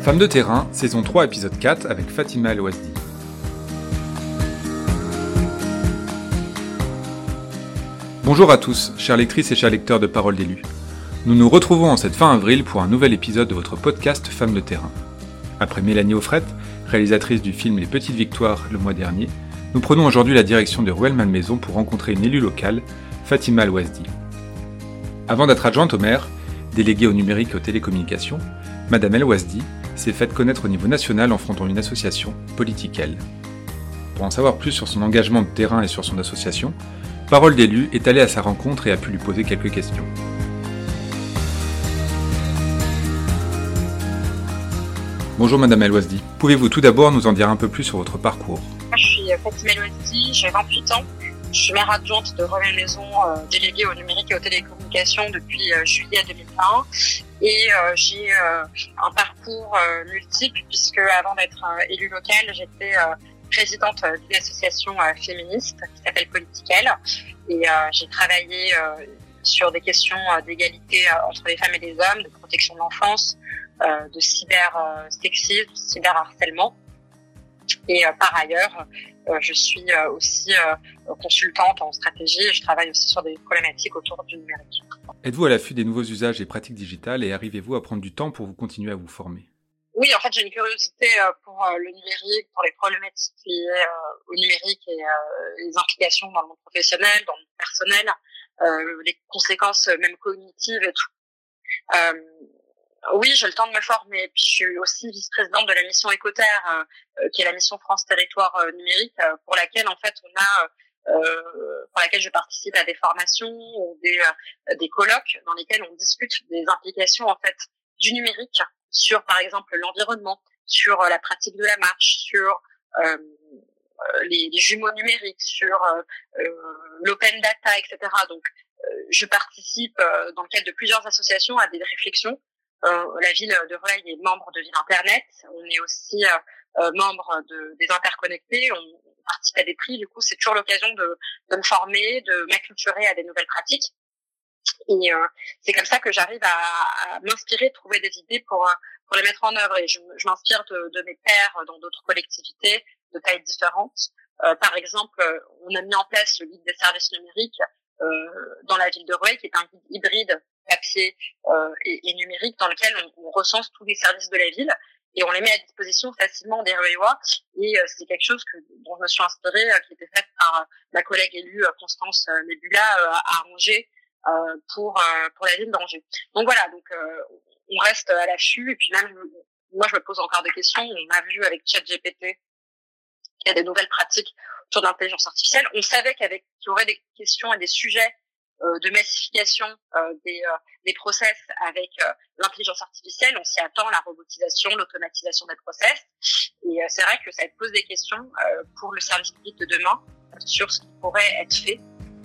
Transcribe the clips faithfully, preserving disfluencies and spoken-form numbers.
Femmes de terrain, saison trois, épisode quatre, avec Fatima El Ouazdi. Bonjour à tous, chères lectrices et chers lecteurs de Parole d'élus. Nous nous retrouvons en cette fin avril pour un nouvel épisode de votre podcast Femmes de terrain. Après Mélanie Offrette, réalisatrice du film Les Petites Victoires le mois dernier, nous prenons aujourd'hui la direction de Rueil-Malmaison pour rencontrer une élue locale, Fatima El Ouazdi. Avant d'être adjointe au maire, déléguée au numérique et aux télécommunications, Madame El Ouazdi s'est faite connaître au niveau national en fondant une association, Politiquelle. Pour en savoir plus sur son engagement de terrain et sur son association, Parole d'élus est allée à sa rencontre et a pu lui poser quelques questions. Bonjour Madame El Ouazdi, pouvez-vous tout d'abord nous en dire un peu plus sur votre parcours ? Je suis Fatima El Ouazdi, j'ai vingt-huit ans, je suis maire adjointe de Rueil-Malmaison, euh, déléguée au numérique et aux télécommunications depuis euh, juillet deux mille vingt. Et euh, j'ai euh, un parcours euh, multiple puisque avant d'être euh, élue locale, j'étais euh, présidente euh, d'une association euh, féministe qui s'appelle Politiquelle. Et euh, j'ai travaillé euh, sur des questions euh, d'égalité euh, entre les femmes et les hommes, de protection de l'enfance, euh, de cyber-sexisme, de cyberharcèlement. Et euh, par ailleurs, euh, je suis euh, aussi euh, consultante en stratégie et je travaille aussi sur des problématiques autour du numérique. Êtes-vous à l'affût des nouveaux usages et pratiques digitales et arrivez-vous à prendre du temps pour vous continuer à vous former ? Oui, en fait, j'ai une curiosité euh, pour euh, le numérique, pour les problématiques liées euh, au numérique et euh, les implications dans le monde professionnel, dans le monde personnel, euh, les conséquences euh, même cognitives et tout. Euh, Oui, j'ai le temps de me former. Puis je suis aussi vice-présidente de la mission Écoterre, euh, qui est la mission France Territoire euh, numérique, euh, pour laquelle en fait on a, euh, pour laquelle je participe à des formations ou des euh, des colloques dans lesquels on discute des implications en fait du numérique sur par exemple l'environnement, sur euh, la pratique de la marche, sur euh, les, les jumeaux numériques, sur euh, euh, l'open data, et cetera. Donc euh, je participe euh, dans le cadre de plusieurs associations à des réflexions. Euh, la ville de Rueil est membre de Ville Internet. On est aussi euh, euh, membre de, des Interconnectés. On, on participe à des prix. Du coup, c'est toujours l'occasion de, de me former, de m'acculturer à des nouvelles pratiques. Et euh, c'est comme ça que j'arrive à, à m'inspirer, trouver des idées pour pour les mettre en œuvre. Et je, je m'inspire de, de mes pairs dans d'autres collectivités de tailles différentes. Euh, par exemple, on a mis en place le guide des services numériques euh, dans la ville de Rueil, qui est un guide hybride papier euh, et, et numérique dans lequel on, on recense tous les services de la ville et on les met à disposition facilement des Rueillois. Et euh, c'est quelque chose que, dont je me suis inspirée, euh, qui était faite par euh, ma collègue élue euh, Constance euh, Nebula euh, à Angers euh, pour euh, pour la ville d'Angers. Donc voilà, donc euh, on reste à l'affût et puis même moi je me pose encore des questions. On a vu avec ChatGPT qu'il y a des nouvelles pratiques autour de l'intelligence artificielle. On savait qu'avec qu'il y aurait des questions et des sujets Euh, de massification euh, des, euh, des process avec euh, l'intelligence artificielle. On s'y attend, la robotisation, l'automatisation des process. Et euh, c'est vrai que ça pose des questions euh, pour le service public de demain euh, sur ce qui pourrait être fait.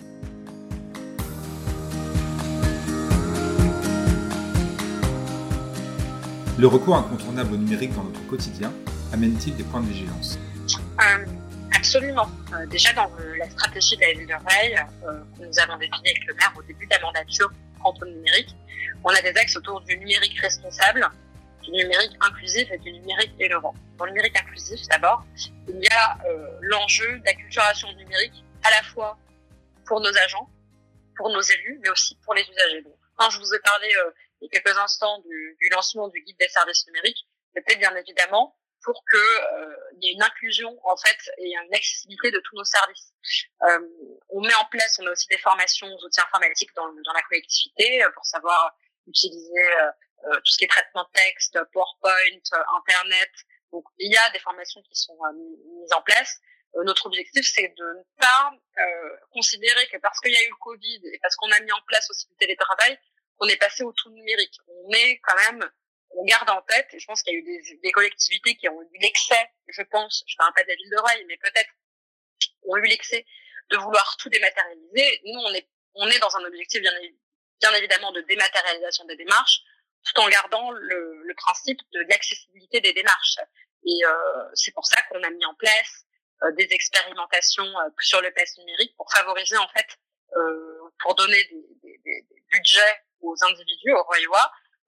Le recours incontournable au numérique dans notre quotidien amène-t-il des points de vigilance ? euh, Absolument. Euh, déjà dans euh, la stratégie de la ville de Rueil euh, que nous avons définie avec le maire au début de la mandature quant au numérique, on a des axes autour du numérique responsable, du numérique inclusif et du numérique innovant. Dans le numérique inclusif, d'abord, il y a euh, l'enjeu d'acculturation numérique à la fois pour nos agents, pour nos élus, mais aussi pour les usagers. Donc, quand je vous ai parlé euh, il y a quelques instants du, du lancement du guide des services numériques, c'était bien évidemment pour que euh, il y ait une inclusion en fait et une accessibilité de tous nos services. Euh, on met en place, on a aussi des formations aux outils informatiques dans, dans la collectivité euh, pour savoir utiliser euh, euh, tout ce qui est traitement de texte, PowerPoint, euh, Internet. Donc il y a des formations qui sont euh, mises en place. Euh, notre objectif c'est de ne pas euh, considérer que parce qu'il y a eu le Covid et parce qu'on a mis en place aussi le télétravail, on est passé au tout numérique. On est quand même on garde en tête, et je pense qu'il y a eu des, des collectivités qui ont eu l'excès, je pense, je parle pas de la ville de Rueil, mais peut-être ont eu l'excès de vouloir tout dématérialiser. Nous, on est, on est dans un objectif bien, bien évidemment de dématérialisation des démarches, tout en gardant le, le principe de l'accessibilité des démarches. Et euh, c'est pour ça qu'on a mis en place euh, des expérimentations euh, sur le pass numérique pour favoriser en fait, euh, pour donner des, des, des budgets aux individus, aux Rueillois,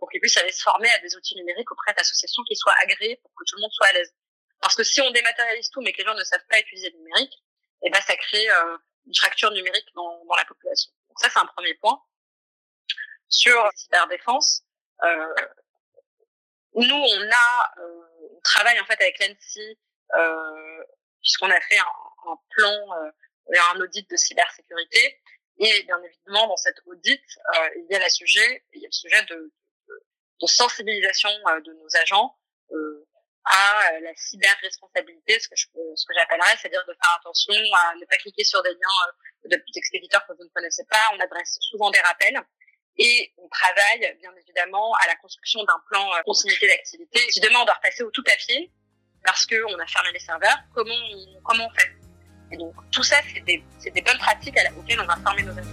pour qu'ils puissent aller se former à des outils numériques auprès d'associations qui soient agréées pour que tout le monde soit à l'aise. Parce que si on dématérialise tout, mais que les gens ne savent pas utiliser le numérique, eh ben, ça crée euh, une fracture numérique dans, dans la population. Donc ça, c'est un premier point. Sur la cyberdéfense, euh, nous, on a, euh, on travaille en fait avec l'A N S I, euh, puisqu'on a fait un, un plan euh, vers un audit de cybersécurité. Et bien évidemment, dans cet audit, euh, il y a le sujet, il y a le sujet de, de, de sensibilisation euh, de nos agents euh, à la cyber-responsabilité, ce que je, ce que j'appellerais, c'est-à-dire de faire attention à ne pas cliquer sur des liens euh, de d'expéditeurs que vous ne connaissez pas. On adresse souvent des rappels. Et on travaille, bien évidemment, à la construction d'un plan euh, continuité d'activité. Si demain on doit repasser au tout papier, parce qu'on a fermé les serveurs, comment on, comment on fait? Et donc, tout ça, c'est des, c'est des bonnes pratiques à la, auxquelles on va former nos agents.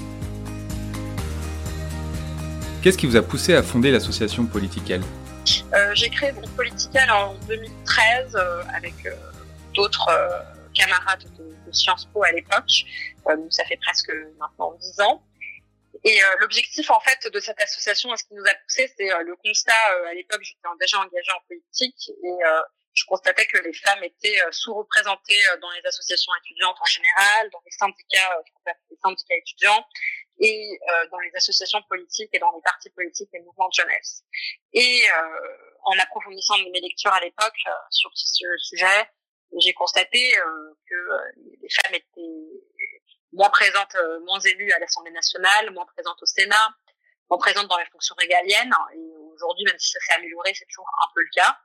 Qu'est-ce qui vous a poussé à fonder l'association Political? euh, J'ai créé donc Political en deux mille treize euh, avec euh, d'autres euh, camarades de, de Sciences Po à l'époque. Euh, donc, ça fait presque maintenant dix ans. Et euh, l'objectif en fait de cette association, ce qui nous a poussé, c'est euh, le constat. Euh, à l'époque, j'étais déjà engagée en politique et euh, je constatais que les femmes étaient euh, sous-représentées euh, dans les associations étudiantes en général, dans les syndicats, euh, les syndicats étudiants, et euh, dans les associations politiques et dans les partis politiques et mouvements de jeunesse. Et euh, en approfondissant mes lectures à l'époque euh, sur ce sujet, j'ai constaté euh, que euh, les femmes étaient moins présentes, euh, moins élues à l'Assemblée nationale, moins présentes au Sénat, moins présentes dans les fonctions régaliennes. Et aujourd'hui, même si ça s'est amélioré, c'est toujours un peu le cas.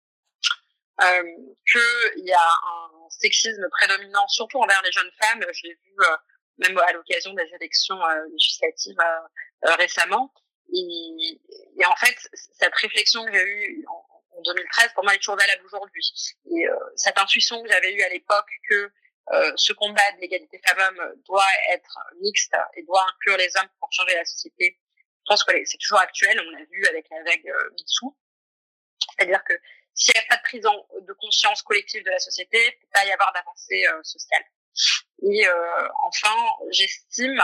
Euh, qu'il y a un sexisme prédominant, surtout envers les jeunes femmes. Je l'ai vu euh, même à l'occasion des élections euh, législatives euh, euh, récemment. Et, et en fait, cette réflexion que j'ai eue en, en deux mille treize, pour moi, elle est toujours valable aujourd'hui. Et euh, cette intuition que j'avais eue à l'époque que Euh, ce combat de l'égalité femmes-hommes doit être mixte et doit inclure les hommes pour changer la société. Je pense que c'est toujours actuel, on l'a vu avec la vague euh, MeToo. C'est-à-dire que s'il n'y a pas de prise en, de conscience collective de la société, il ne peut pas y avoir d'avancée euh, sociale. Et euh, enfin, j'estime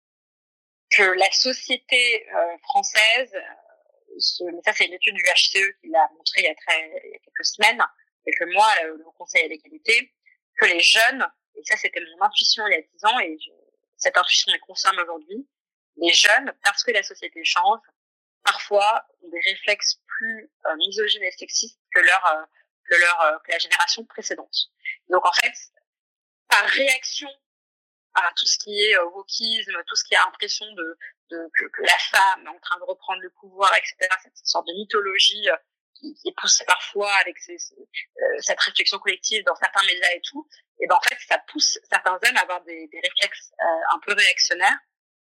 que la société euh, française, ce, mais ça c'est une étude du H C E qui l'a montré il y a, très, il y a quelques semaines, quelques mois, le, le Conseil à l'égalité, que les jeunes, et ça c'était mon intuition il y a dix ans, et je, cette intuition est confirme aujourd'hui, les jeunes, parce que la société change, parfois ont des réflexes plus euh, misogynes et sexistes que leur euh, que leur euh, que la génération précédente. Donc en fait, par réaction à tout ce qui est euh, wokisme, tout ce qui a l'impression de, de que, que la femme est en train de reprendre le pouvoir, et cetera, cette sorte de mythologie euh, qui, qui est poussée parfois avec ces, ces, euh, cette réflexion collective dans certains médias et tout, et ben en fait ça pousse certains hommes à avoir des, des réflexes euh, un peu réactionnaires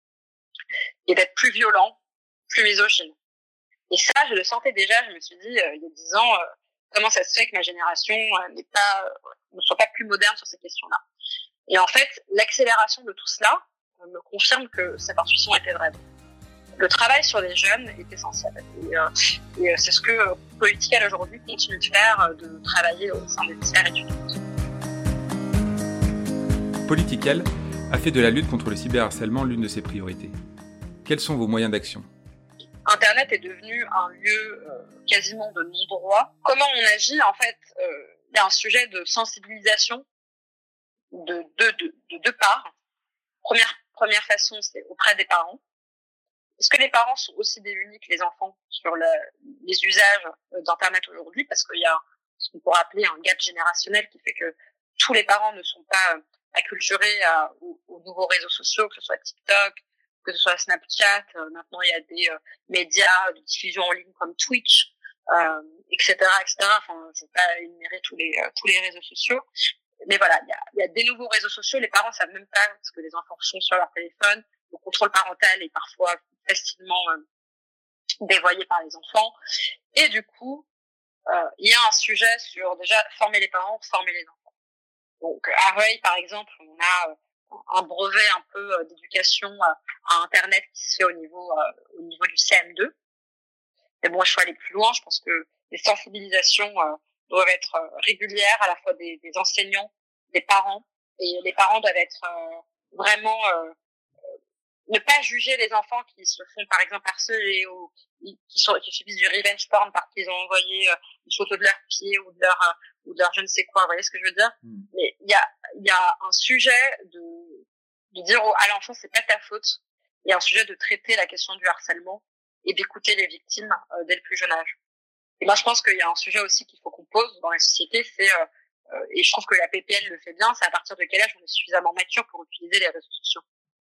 et d'être plus violents, plus misogynes. Et ça, je le sentais déjà. Je me suis dit euh, il y a dix ans, euh, comment ça se fait que ma génération euh, n'est pas, euh, ne soit pas plus moderne sur ces questions-là. Et en fait, l'accélération de tout cela euh, me confirme que cette intuition était vraie. Le travail sur les jeunes est essentiel. Et, euh, et euh, c'est ce que euh, Political aujourd'hui continue de faire, euh, de travailler au sein des sphères étudiantes. Political a fait de la lutte contre le cyberharcèlement l'une de ses priorités. Quels sont vos moyens d'action? Internet est devenu un lieu euh, quasiment de non-droit. Comment on agit? En fait, euh, il y a un sujet de sensibilisation de deux de, de, de deux parts. Première, première façon, c'est auprès des parents. Est-ce que les parents sont aussi démunis que les enfants sur le, les usages d'Internet aujourd'hui? Parce qu'il y a ce qu'on pourrait appeler un gap générationnel qui fait que tous les parents ne sont pas acculturés à, aux, aux nouveaux réseaux sociaux, que ce soit TikTok, que ce soit Snapchat. Euh, maintenant, il y a des euh, médias de diffusion en ligne comme Twitch, euh, et cetera, et cetera. Enfin, je ne vais pas énumérer tous les euh, tous les réseaux sociaux. Mais voilà, il y a, il y a des nouveaux réseaux sociaux. Les parents savent même pas ce que les enfants font sur leur téléphone. Le contrôle parental est parfois facilement euh, dévoyé par les enfants. Et du coup, euh, il y a un sujet sur déjà former les parents, former les enfants. Donc à Rueil, par exemple, on a euh, un brevet un peu euh, d'éducation euh, à Internet qui se fait au niveau euh, au niveau du C M deux. Mais bon, je vais aller plus loin. Je pense que les sensibilisations euh, doivent être euh, régulières, à la fois des, des enseignants, des parents, et les parents doivent être euh, vraiment euh, ne pas juger les enfants qui se font par exemple harceler ou qui sont qui subissent du revenge porn parce qu'ils ont envoyé euh, une photo de leurs pieds ou de leur euh, ou de leur je ne sais quoi, vous voyez ce que je veux dire. Mm. Mais il y a il y a un sujet de de dire à l'enfant c'est pas ta faute. Il y a un sujet de traiter la question du harcèlement et d'écouter les victimes euh, dès le plus jeune âge. Et moi je pense qu'il y a un sujet aussi qu'il faut qu'on pose dans la société, c'est euh, euh, et je trouve que la P P L le fait bien, c'est à partir de quel âge on est suffisamment mature pour utiliser les réseaux sociaux.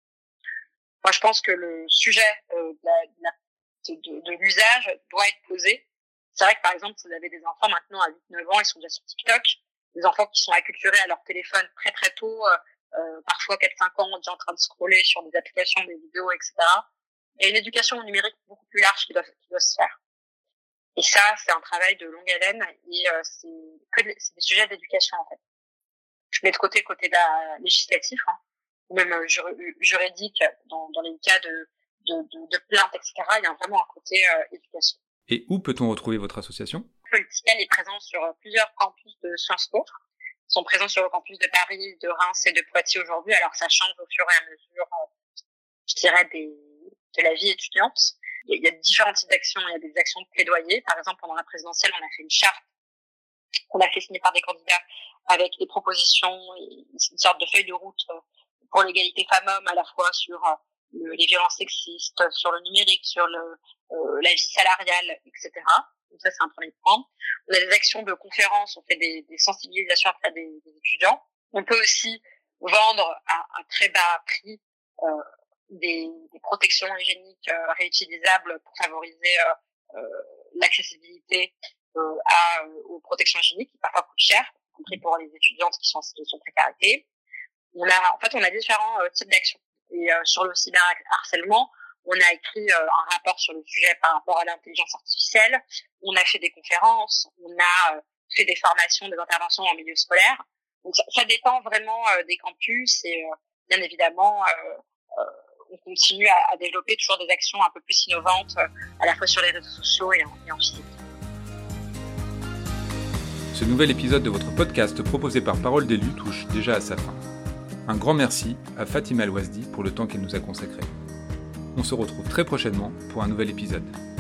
Moi, je pense que le sujet euh, de, la, de, de, de l'usage doit être posé. C'est vrai que, par exemple, vous avez des enfants maintenant à huit neuf ans, ils sont déjà sur TikTok, des enfants qui sont acculturés à leur téléphone très très tôt, euh, euh, parfois quatre cinq ans, déjà en train de scroller sur des applications, des vidéos, et cetera. Il y a une éducation au numérique beaucoup plus large qui doit, qui doit se faire. Et ça, c'est un travail de longue haleine et euh, c'est, que des, c'est des sujets d'éducation, en fait. Je mets de côté le côté de la législatif, hein, ou même euh, juridique dans, dans les cas de, de, de, de plainte, et cetera. Il y a vraiment un côté euh, éducation. Et où peut-on retrouver votre association ? Political est présent sur plusieurs campus de Sciences Po. Ils sont présents sur le campus de Paris, de Reims et de Poitiers aujourd'hui. Alors ça change au fur et à mesure, euh, je dirais, des, de la vie étudiante. Il y, a, il y a différents types d'actions. Il y a des actions de plaidoyer. Par exemple, pendant la présidentielle, on a fait une charte qu'on a fait signer par des candidats avec des propositions, une sorte de feuille de route pour l'égalité femmes-hommes, à la fois sur euh, le, les violences sexistes, sur le numérique, sur le, euh, la vie salariale, et cetera. Donc ça, c'est un premier point. On a des actions de conférences, on fait des, des sensibilisations auprès des, des étudiants. On peut aussi vendre à un très bas prix euh, des, des protections hygiéniques euh, réutilisables pour favoriser euh, euh, l'accessibilité euh, à, aux protections hygiéniques qui parfois coûtent cher, y compris pour les étudiantes qui sont en situation de précarité. On a, en fait, on a différents euh, types d'actions. Et euh, sur le cyberharcèlement, on a écrit euh, un rapport sur le sujet par rapport à l'intelligence artificielle. On a fait des conférences, on a euh, fait des formations, des interventions en milieu scolaire. Donc ça, ça dépend vraiment euh, des campus et euh, bien évidemment, euh, euh, on continue à, à développer toujours des actions un peu plus innovantes, euh, à la fois sur les réseaux sociaux et en, et en physique. Ce nouvel épisode de votre podcast proposé par Parole d'Élus touche déjà à sa fin. Un grand merci à Fatima El Ouazdi pour le temps qu'elle nous a consacré. On se retrouve très prochainement pour un nouvel épisode.